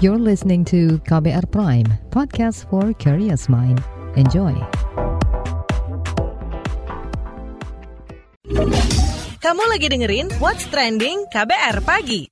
You're listening to KBR Prime, podcast for curious mind. Enjoy. Kamu lagi dengerin What's Trending KBR Pagi.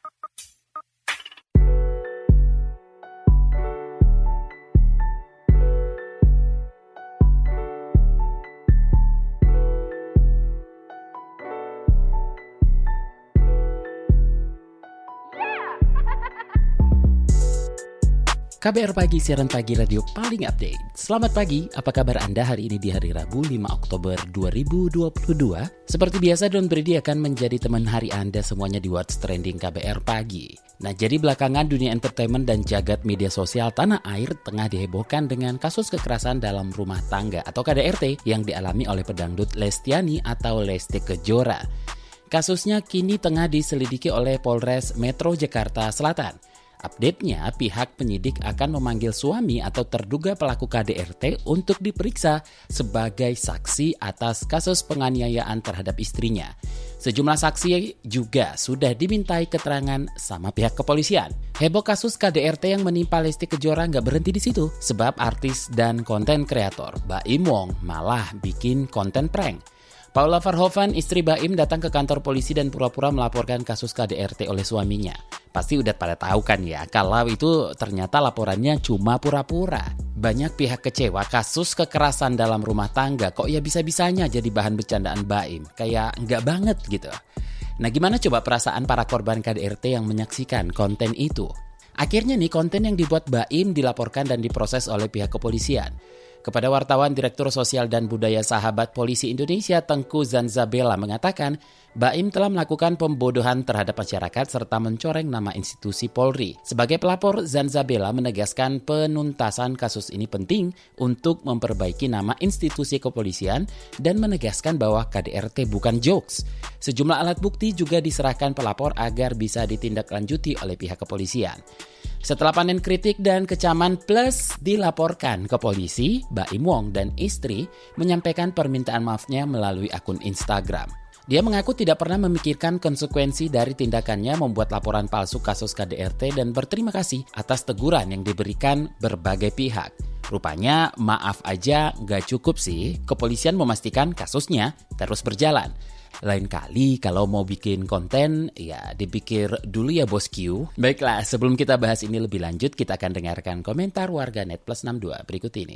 KBR Pagi, siaran pagi radio paling update. Selamat pagi, apa kabar Anda hari ini di hari Rabu 5 Oktober 2022? Seperti biasa, Don Brady akan menjadi teman hari Anda semuanya di What's Trending KBR Pagi. Nah, jadi belakangan dunia entertainment dan jagat media sosial tanah air tengah dihebohkan dengan kasus kekerasan dalam rumah tangga atau KDRT yang dialami oleh pedangdut Lestiani atau Lesti Kejora. Kasusnya kini tengah diselidiki oleh Polres Metro Jakarta Selatan. Update-nya, pihak penyidik akan memanggil suami atau terduga pelaku KDRT untuk diperiksa sebagai saksi atas kasus penganiayaan terhadap istrinya. Sejumlah saksi juga sudah dimintai keterangan sama pihak kepolisian. Heboh kasus KDRT yang menimpa Lesti Kejora nggak berhenti di situ, sebab artis dan konten kreator Baim Wong malah bikin konten prank. Paula Verhoeven, istri Baim, datang ke kantor polisi dan pura-pura melaporkan kasus KDRT oleh suaminya. Pasti udah pada tahu kan ya, kalau itu ternyata laporannya cuma pura-pura. Banyak pihak kecewa kasus kekerasan dalam rumah tangga kok ya bisa-bisanya jadi bahan bercandaan Baim. Kayak nggak banget gitu. Nah, gimana coba perasaan para korban KDRT yang menyaksikan konten itu? Akhirnya nih, konten yang dibuat Baim dilaporkan dan diproses oleh pihak kepolisian. Kepada wartawan, Direktur Sosial dan Budaya Sahabat Polisi Indonesia Tengku Zanzabela mengatakan, Baim telah melakukan pembodohan terhadap masyarakat serta mencoreng nama institusi Polri. Sebagai pelapor, Zanzabela menegaskan penuntasan kasus ini penting untuk memperbaiki nama institusi kepolisian dan menegaskan bahwa KDRT bukan jokes. Sejumlah alat bukti juga diserahkan pelapor agar bisa ditindaklanjuti oleh pihak kepolisian. Setelah panen kritik dan kecaman plus dilaporkan ke polisi, Baim Wong dan istri menyampaikan permintaan maafnya melalui akun Instagram. Dia mengaku tidak pernah memikirkan konsekuensi dari tindakannya membuat laporan palsu kasus KDRT dan berterima kasih atas teguran yang diberikan berbagai pihak. Rupanya maaf aja nggak cukup sih, kepolisian memastikan kasusnya terus berjalan. Lain kali kalau mau bikin konten, ya dipikir dulu ya bosku. Baiklah, sebelum kita bahas ini lebih lanjut, kita akan dengarkan komentar warganet plus 62 berikut ini.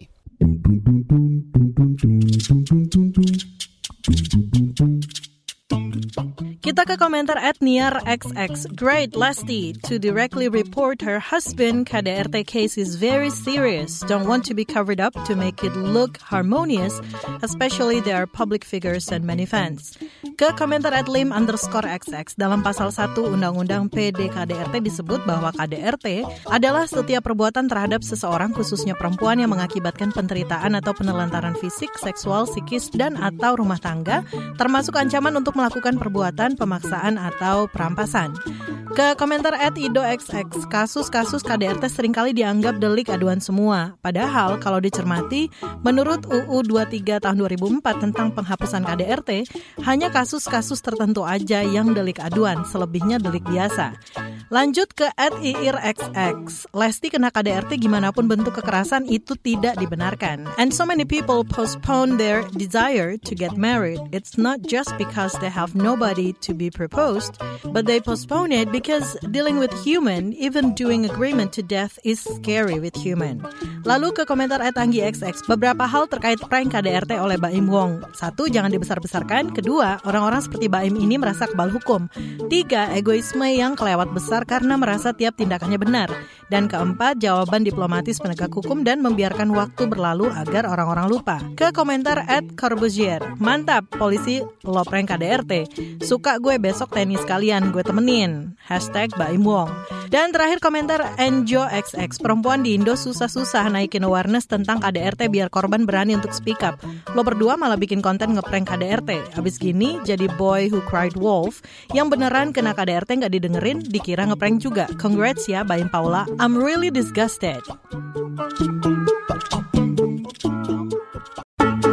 Kita ke komentar @niarxx. Great Lesti to directly report her husband KDRT case is very serious. Don't want to be covered up to make it look harmonious, especially they are public figures and many fans. Ke komentar @lim_xx. Dalam pasal 1 Undang-Undang PDKDRT disebut bahwa KDRT adalah setiap perbuatan terhadap seseorang khususnya perempuan yang mengakibatkan penderitaan atau penelantaran fisik, seksual, psikis, dan atau rumah tangga, termasuk ancaman untuk melakukan perbuatan pemaksaan atau perampasan. Ke komentar @idoxx, kasus-kasus KDRT seringkali dianggap delik aduan semua. Padahal kalau dicermati, menurut UU 23 tahun 2004 tentang penghapusan KDRT, hanya kasus-kasus tertentu aja yang delik aduan, selebihnya delik biasa. Lanjut ke @iirxx. Lesti kena KDRT gimana pun bentuk kekerasan itu tidak dibenarkan. And so many people postpone their desire to get married. It's not just because they have nobody to be proposed, but they postpone it because dealing with human, even doing agreement to death is scary with human. Lalu ke komentar @anggi_xx, beberapa hal terkait prank KDRT oleh Baim Wong. 1, jangan dibesar-besarkan. 2, orang-orang seperti Baim ini merasa kebal hukum. 3, egoisme yang kelewat besar karena merasa tiap tindakannya benar. Dan 4, jawaban diplomatis penegak hukum dan membiarkan waktu berlalu agar orang-orang lupa. Ke komentar @corbuzier, mantap, polisi lo prank KDRT. Suka gue besok tenis kalian, gue temenin. #Baim Wong. Dan terakhir komentar NjoXX, perempuan di Indo susah-susah naikin awareness tentang KDRT biar korban berani untuk speak up. Lo berdua malah bikin konten ngeprank KDRT. Abis gini jadi boy who cried wolf, yang beneran kena KDRT gak didengerin, dikira ngeprank juga. Congrats ya Baim Paula, I'm really disgusted.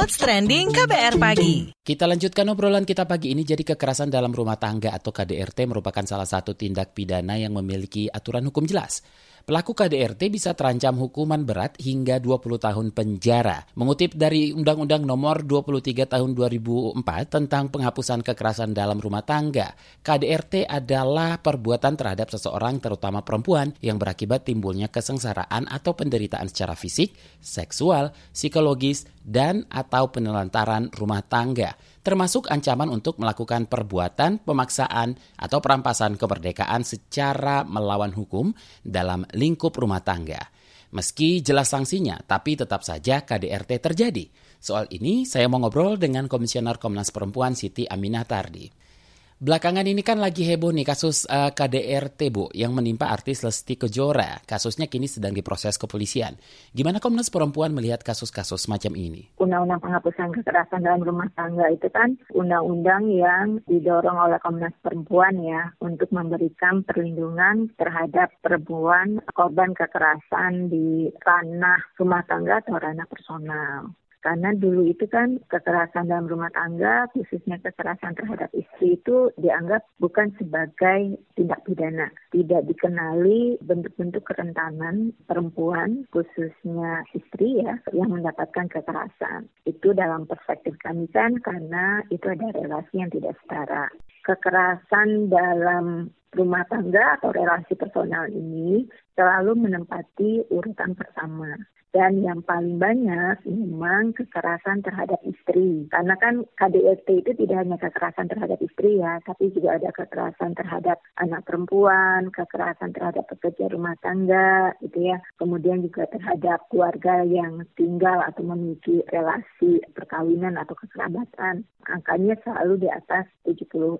What's Trending KBR Pagi. Kita lanjutkan obrolan kita pagi ini. Jadi kekerasan dalam rumah tangga atau KDRT merupakan salah satu tindak pidana yang memiliki aturan hukum jelas. Pelaku KDRT bisa terancam hukuman berat hingga 20 tahun penjara. Mengutip dari Undang-Undang Nomor 23 Tahun 2004 tentang penghapusan kekerasan dalam rumah tangga, KDRT adalah perbuatan terhadap seseorang terutama perempuan yang berakibat timbulnya kesengsaraan atau penderitaan secara fisik, seksual, psikologis, dan atau penelantaran rumah tangga, termasuk ancaman untuk melakukan perbuatan, pemaksaan, atau perampasan kemerdekaan secara melawan hukum dalam lingkup rumah tangga. Meski jelas sanksinya, tapi tetap saja KDRT terjadi. Soal ini saya mau ngobrol dengan Komisioner Komnas Perempuan Siti Aminah Tardi. Belakangan ini kan lagi heboh nih kasus KDRT, Bu, yang menimpa artis Lesti Kejora. Kasusnya kini sedang diproses kepolisian. Gimana Komnas Perempuan melihat kasus-kasus macam ini? Undang-undang penghapusan kekerasan dalam rumah tangga itu kan undang-undang yang didorong oleh Komnas Perempuan ya untuk memberikan perlindungan terhadap perempuan korban kekerasan di ranah rumah tangga atau ranah personal. Karena dulu itu kan kekerasan dalam rumah tangga, khususnya kekerasan terhadap istri itu dianggap bukan sebagai tindak pidana. Tidak dikenali bentuk-bentuk kerentanan perempuan, khususnya istri ya, yang mendapatkan kekerasan. Itu dalam perspektif kami kan karena itu ada relasi yang tidak setara. Kekerasan dalam rumah tangga atau relasi personal ini selalu menempati urutan pertama. Dan yang paling banyak memang kekerasan terhadap istri. Karena kan KDRT itu tidak hanya kekerasan terhadap istri ya, tapi juga ada kekerasan terhadap anak perempuan, kekerasan terhadap pekerja rumah tangga, gitu ya. Kemudian juga terhadap keluarga yang tinggal atau memiliki relasi perkawinan atau kekerabatan. Angkanya selalu di atas 70%.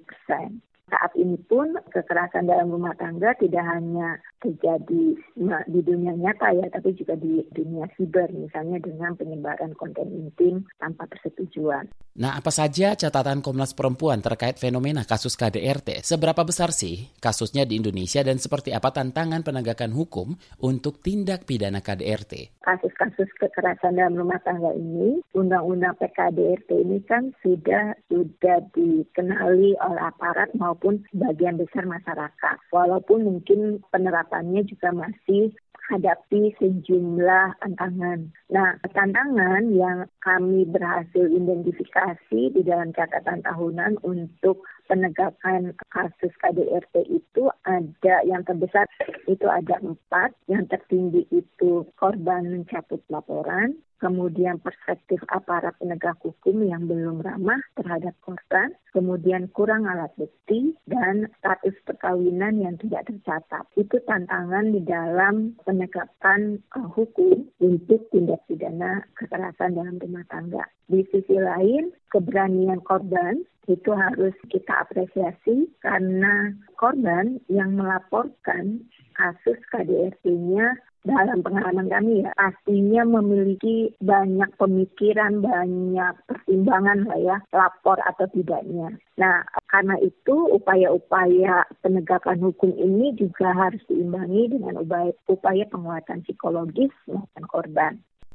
Saat ini pun kekerasan dalam rumah tangga tidak hanya terjadi di dunia nyata ya, tapi juga di dunia siber, misalnya dengan penyebaran konten intim tanpa persetujuan. Nah, apa saja catatan Komnas Perempuan terkait fenomena kasus KDRT? Seberapa besar sih kasusnya di Indonesia dan seperti apa tantangan penegakan hukum untuk tindak pidana KDRT? Kasus-kasus kekerasan dalam rumah tangga ini, Undang-Undang PKDRT ini kan sudah dikenali oleh aparat maupun sebagian besar masyarakat. Walaupun mungkin penerapannya juga masih hadapi sejumlah tantangan. Nah, tantangan yang kami berhasil identifikasi di dalam catatan tahunan untuk penegakan kasus KDRT itu ada yang terbesar itu ada 4, yang tertinggi itu korban mencabut laporan, kemudian perspektif aparat penegak hukum yang belum ramah terhadap korban, kemudian kurang alat bukti, dan status perkawinan yang tidak tercatat. Itu tantangan di dalam penegakan hukum untuk tindak pidana kekerasan dalam rumah tangga. Di sisi lain, keberanian korban itu harus kita apresiasi karena korban yang melaporkan kasus KDRT-nya dalam pengalaman kami ya, pastinya memiliki banyak pemikiran, banyak pertimbangan lah ya, lapor atau tidaknya. Nah, karena itu upaya-upaya penegakan hukum ini juga harus diimbangi dengan upaya penguatan psikologis maupun korban.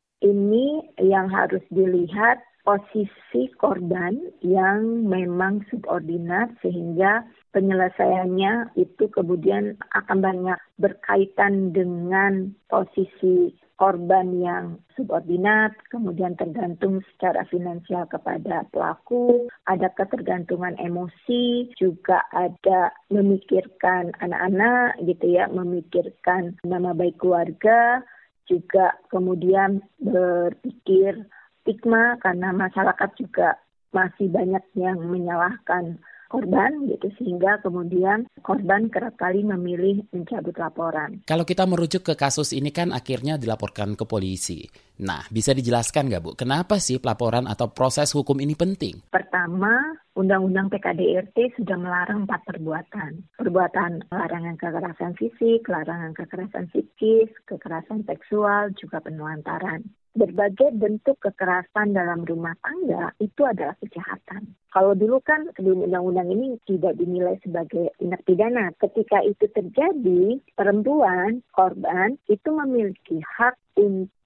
Ini yang harus dilihat posisi korban yang memang subordinat sehingga penyelesaiannya itu kemudian akan banyak berkaitan dengan posisi korban yang subordinat, kemudian tergantung secara finansial kepada pelaku, ada ketergantungan emosi, juga ada memikirkan anak-anak gitu ya, memikirkan nama baik keluarga, juga kemudian berpikir stigma karena masyarakat juga masih banyak yang menyalahkan korban gitu sehingga kemudian korban kerap kali memilih mencabut laporan. Kalau kita merujuk ke kasus ini kan akhirnya dilaporkan ke polisi. Nah, bisa dijelaskan nggak Bu, kenapa sih pelaporan atau proses hukum ini penting? Pertama, Undang-Undang PKDRT sudah melarang 4 perbuatan. Perbuatan larangan kekerasan fisik, larangan kekerasan psikis, kekerasan seksual, juga penelantaran. Berbagai bentuk kekerasan dalam rumah tangga itu adalah kejahatan. Kalau dulu kan sebelum undang-undang ini tidak dinilai sebagai tindak pidana. Ketika itu terjadi, perempuan, korban itu memiliki hak untuk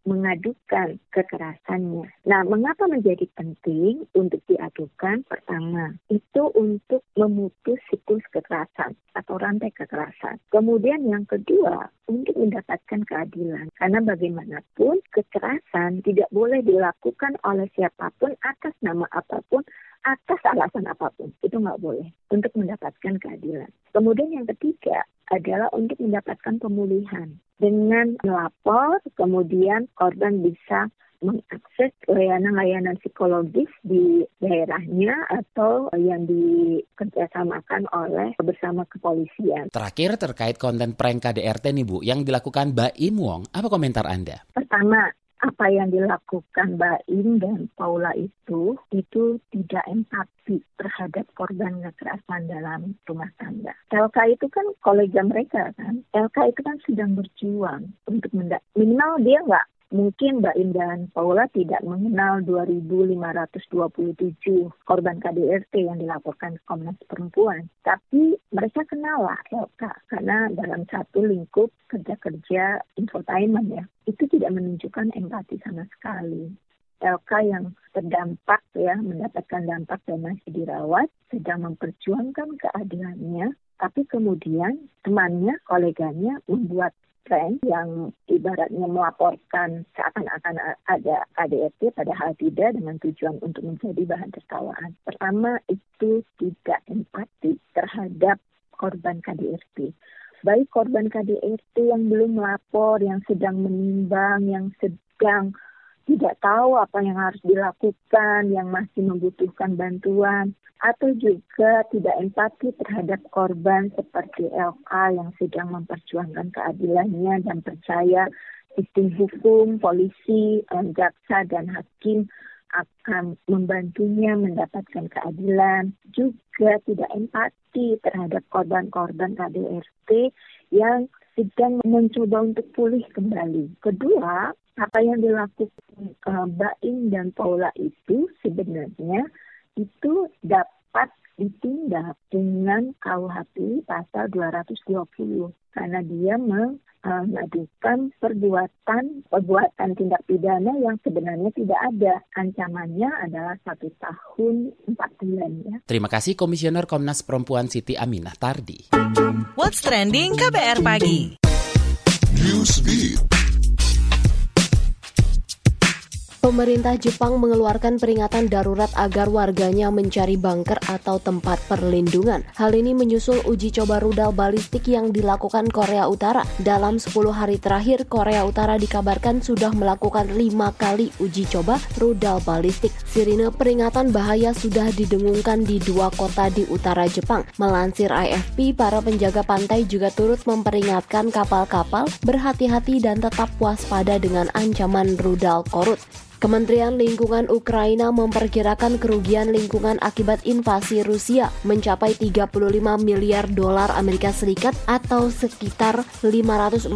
mengadukan kekerasannya. Nah, mengapa menjadi penting untuk diadukan? Pertama, itu untuk memutus siklus kekerasan atau rantai kekerasan. Kemudian yang kedua, untuk mendapatkan keadilan. Karena bagaimanapun kekerasan tidak boleh dilakukan oleh siapapun atas nama apapun, atas alasan apapun. Itu nggak boleh untuk mendapatkan keadilan. Kemudian yang ketiga adalah untuk mendapatkan pemulihan. Dengan melapor, kemudian korban bisa mengakses layanan-layanan psikologis di daerahnya atau yang dikerjasamakan oleh bersama kepolisian. Terakhir terkait konten prank KDRT nih Bu, yang dilakukan Mbak Im Wong, apa komentar Anda? Pertama, apa yang dilakukan Mbak Im dan Paula itu tidak empati terhadap korban kekerasan dalam rumah tangga. LK itu kan kolega mereka kan. LK itu kan sedang berjuang untuk minimal dia nggak. Mungkin Mbak Im dan Paula tidak mengenal 2.527 korban KDRT yang dilaporkan ke Komnas Perempuan. Tapi mereka kenal lah LK, karena dalam satu lingkup kerja-kerja infotainment ya, itu tidak menunjukkan empati sama sekali. LK yang terdampak ya, mendapatkan dampak dan masih dirawat, sedang memperjuangkan keadilannya, tapi kemudian temannya, koleganya membuat tren yang ibaratnya melaporkan seakan-akan ada KDRT padahal tidak, dengan tujuan untuk menjadi bahan tertawaan. Pertama, itu tidak empati terhadap korban KDRT. Baik korban KDRT yang belum melapor, yang sedang menimbang, yang sedang tidak tahu apa yang harus dilakukan, yang masih membutuhkan bantuan, atau juga tidak empati terhadap korban seperti LK yang sedang memperjuangkan keadilannya dan percaya sistem hukum, polisi, jaksa, dan hakim akan membantunya mendapatkan keadilan. Juga tidak empati terhadap korban-korban KDRT yang sedang mencoba untuk pulih kembali. Kedua, apa yang dilakukan Mbak Im dan Paula itu sebenarnya itu dapat ditindak dengan KUHP pasal 220 karena dia mengadukan perbuatan tindak pidana yang sebenarnya tidak ada. Ancamannya adalah 1 tahun 4 bulan ya. Terima kasih Komisioner Komnas Perempuan Siti Aminah Tardi. What's trending KBR Pagi? Newsbeat. Pemerintah Jepang mengeluarkan peringatan darurat agar warganya mencari bunker atau tempat perlindungan. Hal ini menyusul uji coba rudal balistik yang dilakukan Korea Utara. Dalam 10 hari terakhir, Korea Utara dikabarkan sudah melakukan 5 kali uji coba rudal balistik. Sirine peringatan bahaya sudah didengungkan di 2 kota di utara Jepang. Melansir AFP, para penjaga pantai juga turut memperingatkan kapal-kapal berhati-hati dan tetap waspada dengan ancaman rudal korut. Kementerian Lingkungan Ukraina memperkirakan kerugian lingkungan akibat invasi Rusia mencapai 35 miliar dolar Amerika Serikat atau sekitar 542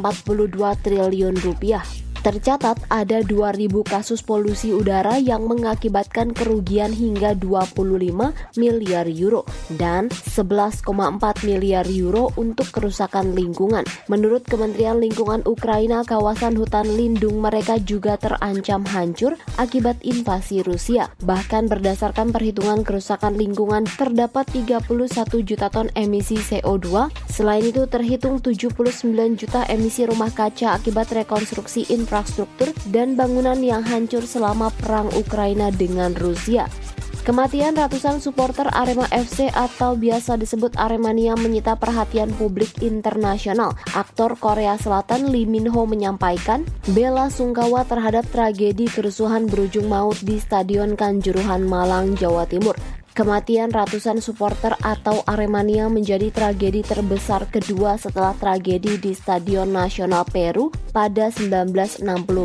triliun rupiah. Tercatat ada 2.000 kasus polusi udara yang mengakibatkan kerugian hingga 25 miliar euro dan 11,4 miliar euro untuk kerusakan lingkungan. Menurut Kementerian Lingkungan Ukraina, kawasan hutan lindung mereka juga terancam hancur akibat invasi Rusia. Bahkan berdasarkan perhitungan kerusakan lingkungan, terdapat 31 juta ton emisi CO2. Selain itu terhitung 79 juta emisi rumah kaca akibat rekonstruksi infrastruktur dan bangunan yang hancur selama perang Ukraina dengan Rusia. Kematian ratusan supporter Arema FC atau biasa disebut Aremania menyita perhatian publik internasional. Aktor Korea Selatan Lee Min Ho menyampaikan bela sungkawa terhadap tragedi kerusuhan berujung maut di Stadion Kanjuruhan Malang, Jawa Timur. Kematian ratusan supporter atau Aremania menjadi tragedi terbesar kedua setelah tragedi di Stadion Nasional Peru pada 1964,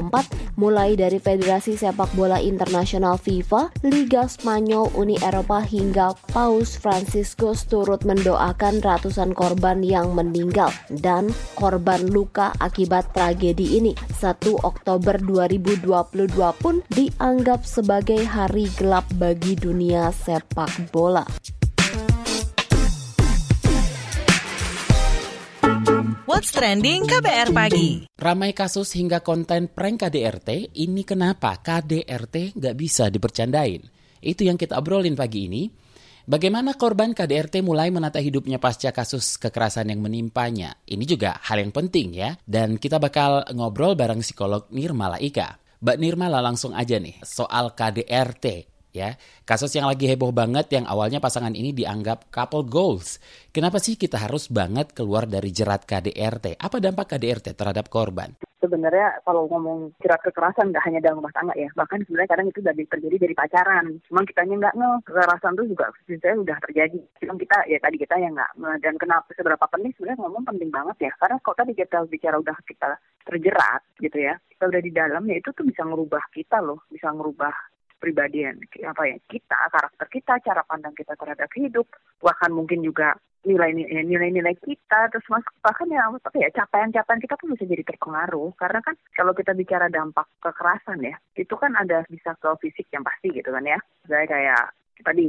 mulai dari Federasi Sepak Bola Internasional FIFA, Liga Spanyol, Uni Eropa hingga Paus Franciscus turut mendoakan ratusan korban yang meninggal dan korban luka akibat tragedi ini. 1 Oktober 2022 pun dianggap sebagai hari gelap bagi dunia sepak bola. What's Trending KBR Pagi. Ramai kasus hingga konten prank KDRT, ini kenapa KDRT nggak bisa dibercandain? Itu yang kita obrolin pagi ini. Bagaimana korban KDRT mulai menata hidupnya pasca kasus kekerasan yang menimpanya? Ini juga hal yang penting ya. Dan kita bakal ngobrol bareng psikolog Nirmala Ika. Mbak Nirmala, langsung aja nih soal KDRT. Ya, kasus yang lagi heboh banget yang awalnya pasangan ini dianggap couple goals. Kenapa sih kita harus banget keluar dari jerat KDRT? Apa dampak KDRT terhadap korban? Sebenarnya kalau ngomong jerat kekerasan nggak hanya dalam rumah tangga ya, bahkan sebenarnya kadang itu udah terjadi dari pacaran. Cuman kitanya nggak kekerasan itu juga sebenarnya udah terjadi. Cuman kita yang nggak. Dan kenapa seberapa penting sebenarnya ngomong penting banget ya? Karena kalau tadi kita bicara udah kita terjerat gitu ya, kita udah di dalamnya itu tuh bisa ngerubah kita loh, bisa ngerubah pribadian kita, karakter kita, cara pandang kita terhadap hidup, bahkan mungkin juga nilai-nilai kita, terus bahkan capaian-capaian kita pun bisa jadi terpengaruh. Karena kan kalau kita bicara dampak kekerasan ya, itu kan ada bisa ke fisik yang pasti gitu kan ya. Misalnya kayak tadi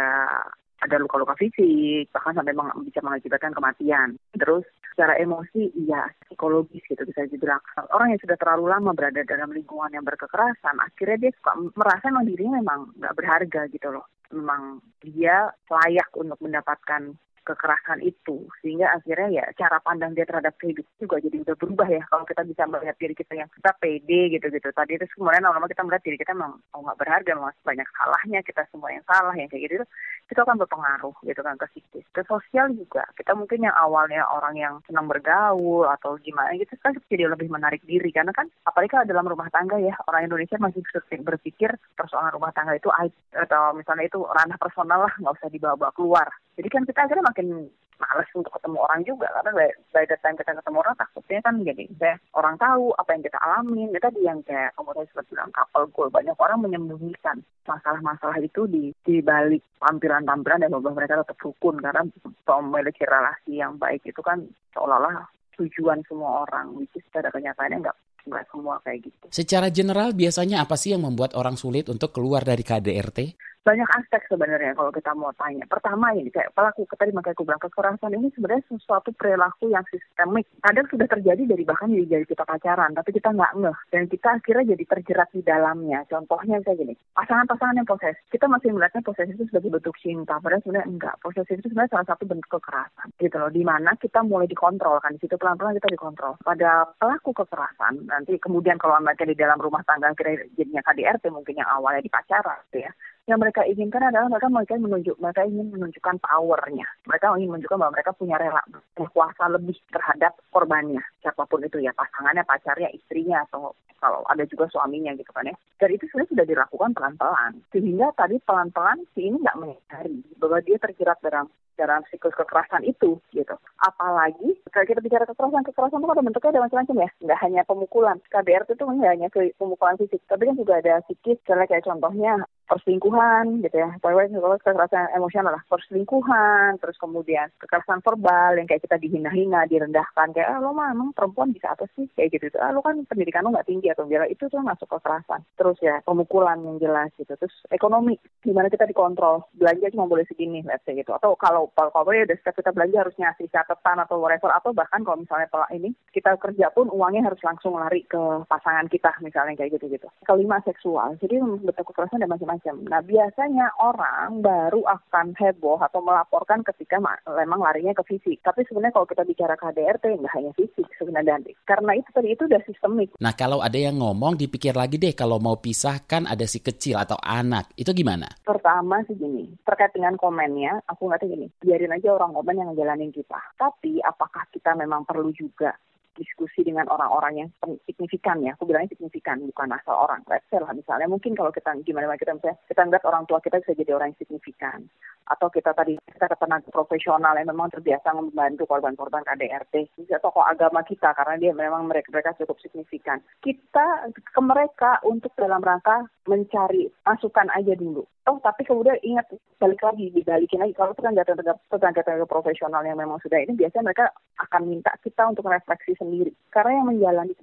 ada luka-luka fisik, bahkan sampai bisa mengakibatkan kematian. Terus secara emosi, iya, psikologis gitu bisa dibilang. Orang yang sudah terlalu lama berada dalam lingkungan yang berkekerasan, akhirnya dia suka merasa memang dirinya memang nggak berharga gitu loh. Memang dia layak untuk mendapatkan kekerasan itu, sehingga akhirnya ya cara pandang dia terhadap kehidupan juga jadi udah berubah ya. Kalau kita bisa melihat diri kita yang kita pede gitu tadi, terus kemudian lama-lama kita melihat diri kita memang nggak berharga, memang banyak salahnya, kita semua yang salah yang kayak gitu, itu akan berpengaruh gitu kan ke psikis, ke sosial juga. Kita mungkin yang awalnya orang yang senang bergaul atau gimana gitu kan jadi lebih menarik diri, karena kan apalagi kalau dalam rumah tangga ya, orang Indonesia masih berpikir persoalan rumah tangga itu aib, atau misalnya itu ranah personal lah, nggak usah dibawa-bawa keluar. Jadi kan kita akhirnya makin malas untuk ketemu orang juga, karena by the time kita ketemu orang takutnya kan jadi orang tahu apa yang kita alamin. Itu tadi yang kayak kamu tadi sempat bilang couple goal, banyak orang menyembunyikan masalah-masalah itu di balik tampilan-tampilan dan bahwa mereka tetap rukun, karena memiliki relasi yang baik itu kan seolah-olah tujuan semua orang, which is pada kenyataannya nggak semua kayak gitu. Secara general biasanya apa sih yang membuat orang sulit untuk keluar dari KDRT? Banyak aspek sebenarnya kalau kita mau tanya. Pertama ini kayak pelaku, tadi makanya aku bilang kekerasan ini sebenarnya sesuatu perilaku yang sistemik. Kadang sudah terjadi bahkan dari kita pacaran, tapi kita nggak ngeh. Dan kita akhirnya jadi terjerat di dalamnya. Contohnya kayak gini, pasangan-pasangan yang posesif. Kita masih melihatnya posesif itu sebagai bentuk cinta, padahal sebenarnya enggak. Posesif itu sebenarnya salah satu bentuk kekerasan. Gitu loh, di mana kita mulai dikontrol kan. Di situ pelan-pelan kita dikontrol. Pada pelaku kekerasan, nanti kemudian kalau mereka di dalam rumah tangga akhirnya jadinya KDRT, mungkin yang awalnya di pacaran gitu ya. Yang mereka inginkan adalah mereka ingin menunjukkan powernya. Mereka ingin menunjukkan bahwa mereka punya kuasa lebih terhadap korbannya, siapapun itu ya, pasangannya, pacarnya, istrinya, atau kalau ada juga suaminya gitu kan ya. Dan itu sebenarnya sudah dilakukan pelan-pelan. Sehingga tadi pelan-pelan si ini nggak menyadari bahwa dia terjerat dalam siklus kekerasan itu gitu. Apalagi kalau kita bicara kekerasan itu ada bentuknya, ada macam-macam ya. Nggak hanya pemukulan. KDRT itu nggak hanya pemukulan fisik, tapi kan juga ada psikis. Kayak contohnya perselingkuhan gitu ya, kalau kekerasan emosional lah, perselingkuhan, terus kemudian kekerasan verbal yang kayak kita dihina-hina, direndahkan, kayak lo mah emang perempuan bisa apa sih, kayak gitu, lo kan pendidikan lo nggak tinggi atau biar itu tuh masuk kekerasan. Terus ya pemukulan yang jelas gitu, terus ekonomi, gimana kita dikontrol, belanja cuma boleh segini, let's say gitu, atau kalau ya udah setiap kita belanja harus ngasih catatan atau whatever, atau bahkan kalau misalnya ini kita kerja pun uangnya harus langsung lari ke pasangan kita misalnya kayak gitu. Kelima, seksual, jadi bentuk kekerasan ada macam-macam. Nah biasanya orang baru akan heboh atau melaporkan ketika memang larinya ke fisik. Tapi sebenarnya kalau kita bicara KDRT nggak hanya fisik sebenarnya, karena itu tadi itu udah sistemik. Nah kalau ada yang ngomong dipikir lagi deh, kalau mau pisahkan ada si kecil atau anak, itu gimana? Pertama sih gini, terkait dengan komennya, aku nggak tahu gini, biarin aja orang komen yang ngejalanin kita. Tapi apakah kita memang perlu juga diskusi dengan orang-orang yang signifikan ya, aku bilangnya signifikan, bukan asal orang. Let's say lah misalnya, mungkin kalau kita ngeliat orang tua kita bisa jadi orang yang signifikan, atau kita ke tenaga profesional yang memang terbiasa membantu korban-korban KDRT, bisa tokoh agama kita karena dia memang mereka cukup signifikan. Kita ke mereka untuk dalam rangka mencari masukan aja dulu. Tapi kemudian ingat, dibalikin lagi. Kalau tenaga profesional yang memang sudah ini, biasanya mereka akan minta kita untuk refleksi sendiri. Karena yang menjalani kita.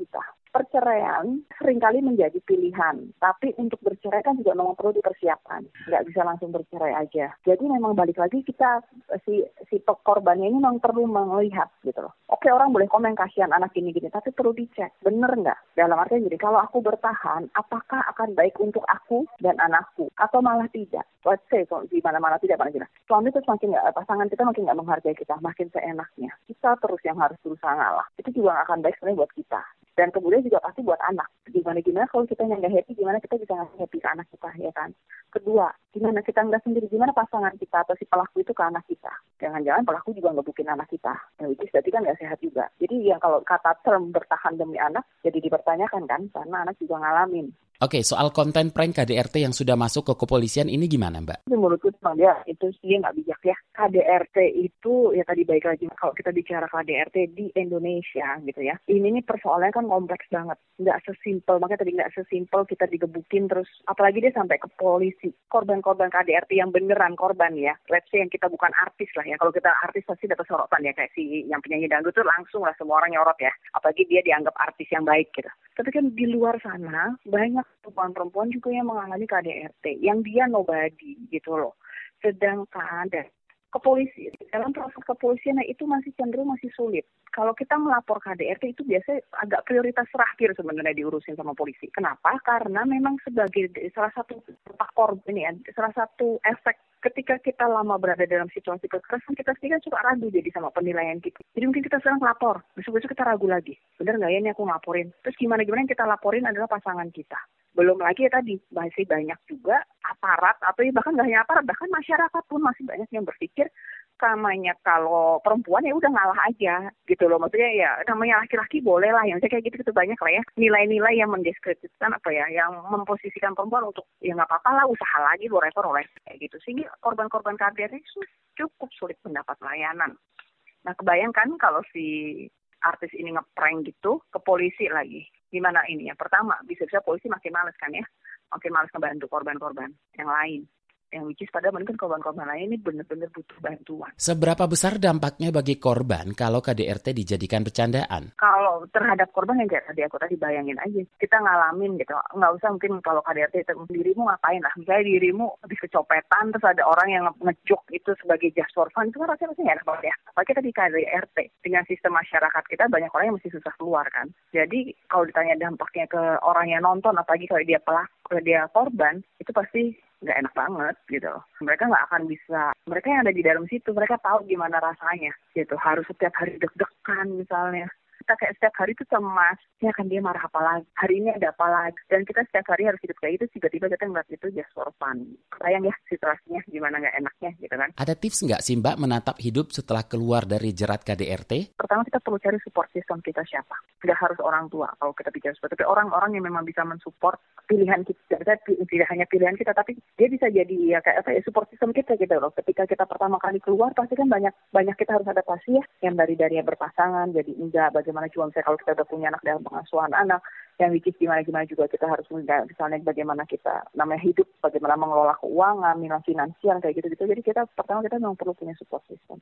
Perceraian seringkali menjadi pilihan, tapi untuk bercerai kan juga memang perlu dipersiapkan. Nggak bisa langsung bercerai aja. Jadi memang balik lagi kita, si korbannya ini memang perlu melihat gitu loh. Oke, orang boleh komen kasihan anak gini-gini, tapi perlu dicek, bener nggak? Dalam artinya jadi kalau aku bertahan, apakah akan baik untuk aku dan anakku? Atau malah tidak? Let's say, di mana-mana tidak, suami itu semakin nggak, pasangan kita makin nggak menghargai kita, makin seenaknya. Kita terus yang harus berusaha ngalah. Itu juga nggak akan baik sebenarnya buat kita. Dan kemudian juga pasti buat anak. Gimana kalau kita yang nggak happy, gimana kita bisa ngasih happy ke anak kita, ya kan? Kedua, gimana kita nggak sendiri, gimana pasangan kita atau si pelaku itu ke anak kita? Jangan-jangan pelaku juga ngebukin anak kita. Nah, itu berarti kan nggak sehat juga. Jadi yang kalau kata term bertahan demi anak, jadi dipertanyakan kan, karena anak juga ngalamin. Oke, soal konten prank KDRT yang sudah masuk ke kepolisian ini gimana, Mbak? Menurutku dia itu sih nggak bijak ya. KDRT itu ya tadi baik lagi kalau kita bicara KDRT di Indonesia gitu ya. Ini nih persoalannya kan kompleks banget. Nggak sesimpel, makanya tadi nggak sesimpel kita digebukin terus. Apalagi dia sampai ke polisi. Korban-korban KDRT yang beneran korban ya. Let's say yang kita bukan artis lah ya. Kalau kita artis pasti dapat sorotan ya. Kayak si yang penyanyi dangdut tuh langsung lah semua orang nyorot ya. Apalagi dia dianggap artis yang baik gitu. Tapi kan di luar sana banyak perempuan-perempuan juga yang mengalami KDRT. Yang dia nobody gitu loh. Sedangkan kepolisian, dalam proses kepolisian itu masih cenderung masih sulit. Kalau kita melapor KDRT itu biasanya agak prioritas terakhir sebenarnya diurusin sama polisi. Kenapa? Karena memang sebagai salah satu korban ya, salah satu efek ketika kita lama berada dalam situasi kekerasan, kita sendiri kan suka ragu jadi sama penilaian kita. Jadi mungkin kita sekarang lapor, besok-besok kita ragu lagi. Bener nggak ya ini aku ngelaporin? Terus gimana-gimana yang kita laporin adalah pasangan kita. Belum lagi ya tadi, masih banyak juga aparat, atau bahkan nggak hanya aparat, bahkan masyarakat pun masih banyak yang berpikir namanya kalau perempuan ya udah ngalah aja gitu loh. Maksudnya ya namanya laki-laki boleh lah, yang kayak gitu banyak lah ya. Nilai-nilai yang mendiskreditkan yang memposisikan perempuan untuk ya nggak apa-apa lah, usaha lagi, whatever kayak gitu. Sehingga korban-korban KDRT itu cukup sulit mendapat layanan. Nah kebayangkan kalau si artis ini ngeprank gitu ke polisi lagi. Gimana ini ya? Pertama, bisa-bisa polisi makin males kan ya. Makin males ngebantu korban-korban yang lain. Yang which is padahal mungkin korban-korban lain ini benar-benar butuh bantuan. Seberapa besar dampaknya bagi korban kalau KDRT dijadikan bercandaan? Kalau terhadap korban yang kayak tadi aku tadi bayangin aja. Kita ngalamin gitu. Nggak usah mungkin kalau KDRT dirimu ngapain lah. Misalnya dirimu habis kecopetan terus ada orang yang ngejok itu sebagai just for fun. Itu kan rasanya nggak enak banget ya. Apalagi tadi KDRT. Dengan sistem masyarakat kita banyak orang yang masih susah keluar kan. Jadi kalau ditanya dampaknya ke orang yang nonton, apalagi kalau dia pelaku, dia korban, itu pasti nggak enak banget gitu. Mereka nggak akan bisa, mereka yang ada di dalam situ, mereka tahu gimana rasanya gitu. Harus setiap hari deg-degan misalnya. Kita kayak setiap hari itu cemas, ya kan dia marah apa lagi, hari ini ada apa lagi. Dan kita setiap hari harus hidup kayak itu, tiba-tiba kita ngeliat itu just for fun. Kebayang ya situasinya gimana nggak enaknya gitu kan. Ada tips nggak sih Mbak menatap hidup setelah keluar dari jerat KDRT? Pertama kita perlu cari support system kita siapa. Nggak harus orang tua kalau kita bicara seperti itu, tapi orang-orang yang memang bisa mensupport pilihan kita. Tidak hanya pilihan kita, tapi dia bisa jadi ya kayak apa ya, support system kita gitu loh. Ketika kita pertama kali keluar pasti kan banyak kita harus adaptasi ya, yang dari berpasangan jadi enggak, bagaimana cuma misalnya kalau kita udah punya anak dalam pengasuhan anak, yang which is gimana juga kita harus misalnya bagaimana kita namanya hidup, bagaimana mengelola keuangan, finansial kayak gitu-gitu. Jadi pertama kita memang perlu punya support system.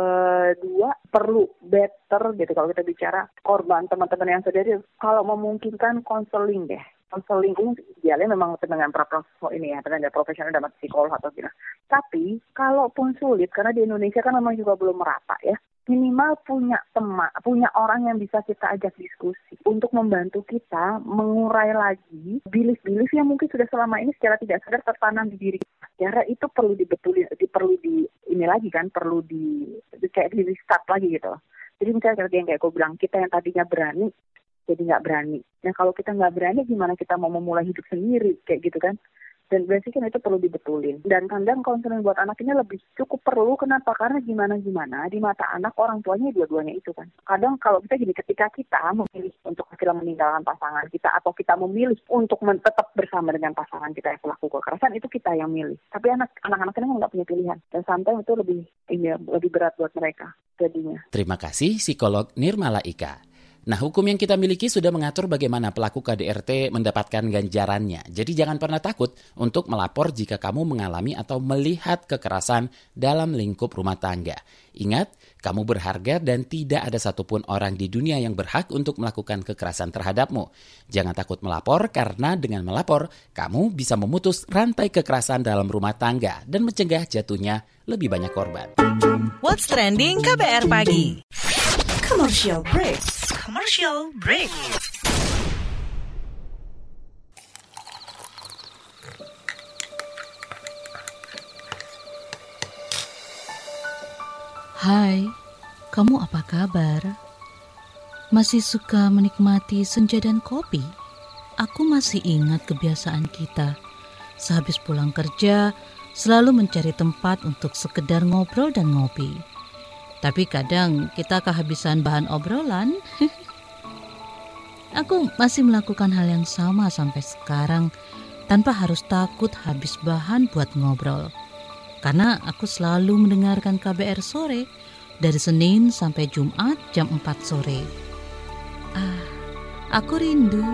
Kedua, perlu better gitu kalau kita bicara korban, teman-teman yang sadar, kalau memungkinkan konseling deh. Konseling ini idealnya memang dengan tenaga profesional dalam psikolog atau gimana. Tapi kalaupun sulit, karena di Indonesia kan memang juga belum merata ya, minimal punya teman, punya orang yang bisa kita ajak diskusi untuk membantu kita mengurai lagi bilis-bilis yang mungkin sudah selama ini secara tidak sadar tertanam di diri kita. Cara itu perlu dibetulin, perlu di restart lagi gitu. Jadi misalnya kayak gue bilang, kita yang tadinya berani jadi nggak berani. Nah kalau kita nggak berani, gimana kita mau memulai hidup sendiri kayak gitu kan? Dan berarti kan itu perlu dibetulin. Dan kadang konseling buat anak ini lebih cukup perlu. Kenapa? Karena gimana di mata anak orang tuanya dua-duanya itu kan. Kadang kalau kita ketika kita memilih untuk akhirnya meninggalkan pasangan kita, atau kita memilih untuk tetap bersama dengan pasangan kita yang pelaku kekerasan, itu kita yang milih. Tapi anak-anak ini nggak punya pilihan. Dan sometimes itu lebih berat buat mereka jadinya. Terima kasih psikolog Nirmala Ika. Nah, hukum yang kita miliki sudah mengatur bagaimana pelaku KDRT mendapatkan ganjarannya. Jadi jangan pernah takut untuk melapor jika kamu mengalami atau melihat kekerasan dalam lingkup rumah tangga. Ingat, kamu berharga dan tidak ada satupun orang di dunia yang berhak untuk melakukan kekerasan terhadapmu. Jangan takut melapor karena dengan melapor, kamu bisa memutus rantai kekerasan dalam rumah tangga dan mencegah jatuhnya lebih banyak korban. What's Trending KBR Pagi. Commercial break. Commercial break. Hai, kamu apa kabar? Masih suka menikmati senja dan kopi? Aku masih ingat kebiasaan kita. Sehabis pulang kerja, selalu mencari tempat untuk sekedar ngobrol dan ngopi. Tapi kadang kita kehabisan bahan obrolan. Aku masih melakukan hal yang sama sampai sekarang tanpa harus takut habis bahan buat ngobrol. Karena aku selalu mendengarkan KBR sore dari Senin sampai Jumat jam 4 sore. Aku rindu.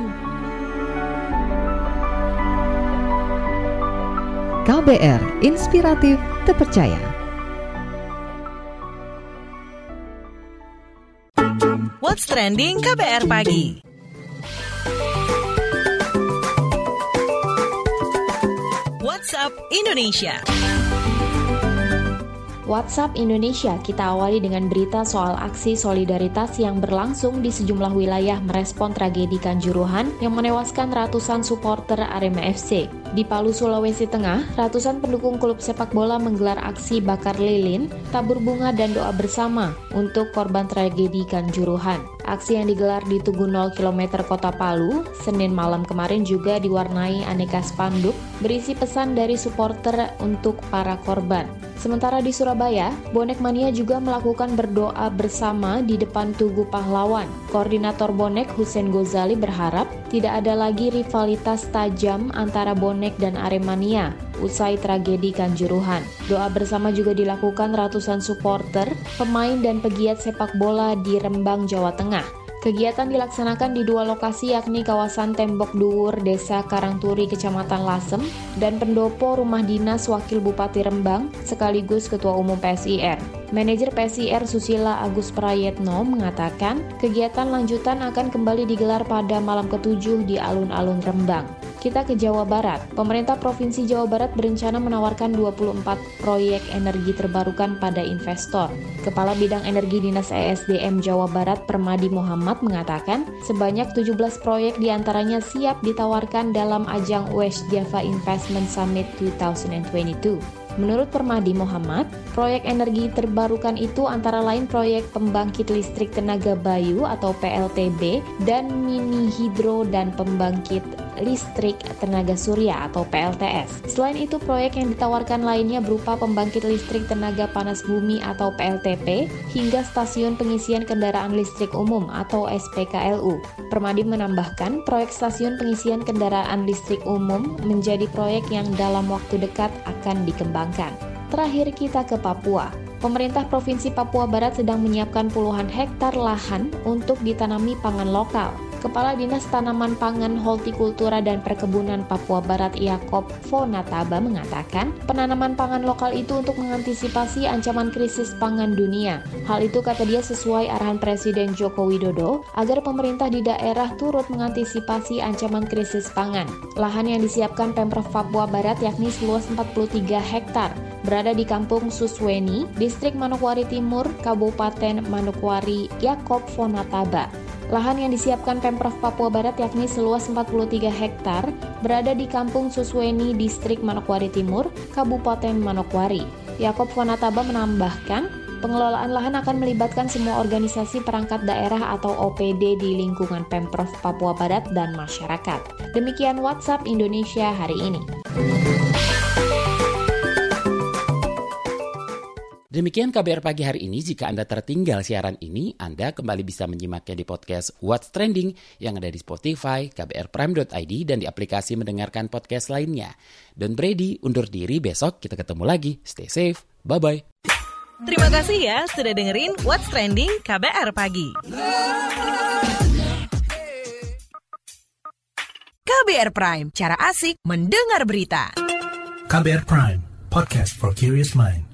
KBR Inspiratif Terpercaya. What's Trending KBR Pagi. WhatsApp Indonesia. WhatsApp Indonesia, kita awali dengan berita soal aksi solidaritas yang berlangsung di sejumlah wilayah merespon tragedi Kanjuruhan yang menewaskan ratusan supporter Arema FC. Di Palu, Sulawesi Tengah, ratusan pendukung klub sepak bola menggelar aksi bakar lilin, tabur bunga dan doa bersama untuk korban tragedi Kanjuruhan. Aksi yang digelar di Tugu 0 km Kota Palu, Senin malam kemarin juga diwarnai aneka spanduk berisi pesan dari supporter untuk para korban. Sementara di Surabaya, Bonek Mania juga melakukan berdoa bersama di depan Tugu Pahlawan. Koordinator Bonek Hussein Gozali berharap tidak ada lagi rivalitas tajam antara Bonek dan Aremania usai tragedi Kanjuruhan. Doa bersama juga dilakukan ratusan supporter, pemain dan pegiat sepak bola di Rembang, Jawa Tengah. Kegiatan dilaksanakan di dua lokasi yakni kawasan Tembok Duwur, Desa Karangturi, Kecamatan Lasem, dan pendopo Rumah Dinas Wakil Bupati Rembang, sekaligus Ketua Umum PSIR. Manajer PSIR Susila Agus Prayetno mengatakan kegiatan lanjutan akan kembali digelar pada malam ke-7 di alun-alun Rembang. Kita ke Jawa Barat. Pemerintah Provinsi Jawa Barat berencana menawarkan 24 proyek energi terbarukan pada investor. Kepala Bidang Energi Dinas ESDM Jawa Barat Permadi Muhammad mengatakan sebanyak 17 proyek diantaranya siap ditawarkan dalam ajang West Java Investment Summit 2022. Menurut Permadi Muhammad, proyek energi terbarukan itu antara lain proyek pembangkit listrik tenaga bayu atau PLTB dan mini hidro dan pembangkit listrik tenaga surya atau PLTS. Selain itu, proyek yang ditawarkan lainnya berupa pembangkit listrik tenaga panas bumi atau PLTP hingga stasiun pengisian kendaraan listrik umum atau SPKLU. Permadi menambahkan, proyek stasiun pengisian kendaraan listrik umum menjadi proyek yang dalam waktu dekat akan dikembangkan. Terakhir kita ke Papua. Pemerintah Provinsi Papua Barat sedang menyiapkan puluhan hektar lahan untuk ditanami pangan lokal. Kepala Dinas Tanaman Pangan, Hortikultura dan Perkebunan Papua Barat Yakob Fonataba mengatakan, penanaman pangan lokal itu untuk mengantisipasi ancaman krisis pangan dunia. Hal itu kata dia sesuai arahan Presiden Joko Widodo agar pemerintah di daerah turut mengantisipasi ancaman krisis pangan. Lahan yang disiapkan Pemprov Papua Barat yakni seluas 43 hektar berada di Kampung Susweni, Distrik Manokwari Timur, Kabupaten Manokwari. Yakob Fonataba. Lahan yang disiapkan Pemprov Papua Barat yakni seluas 43 hektar berada di Kampung Susweni, Distrik Manokwari Timur, Kabupaten Manokwari. Yakob Fonataba menambahkan, pengelolaan lahan akan melibatkan semua organisasi perangkat daerah atau OPD di lingkungan Pemprov Papua Barat dan masyarakat. Demikian WhatsApp Indonesia hari ini. Demikian KBR Pagi hari ini. Jika Anda tertinggal siaran ini, Anda kembali bisa menyimaknya di podcast What's Trending yang ada di Spotify, kbrprime.id, dan di aplikasi mendengarkan podcast lainnya. Don't Brady undur diri, besok kita ketemu lagi. Stay safe, bye-bye. Terima kasih ya sudah dengerin What's Trending KBR Pagi. KBR Prime, cara asik mendengar berita. KBR Prime, podcast for curious mind.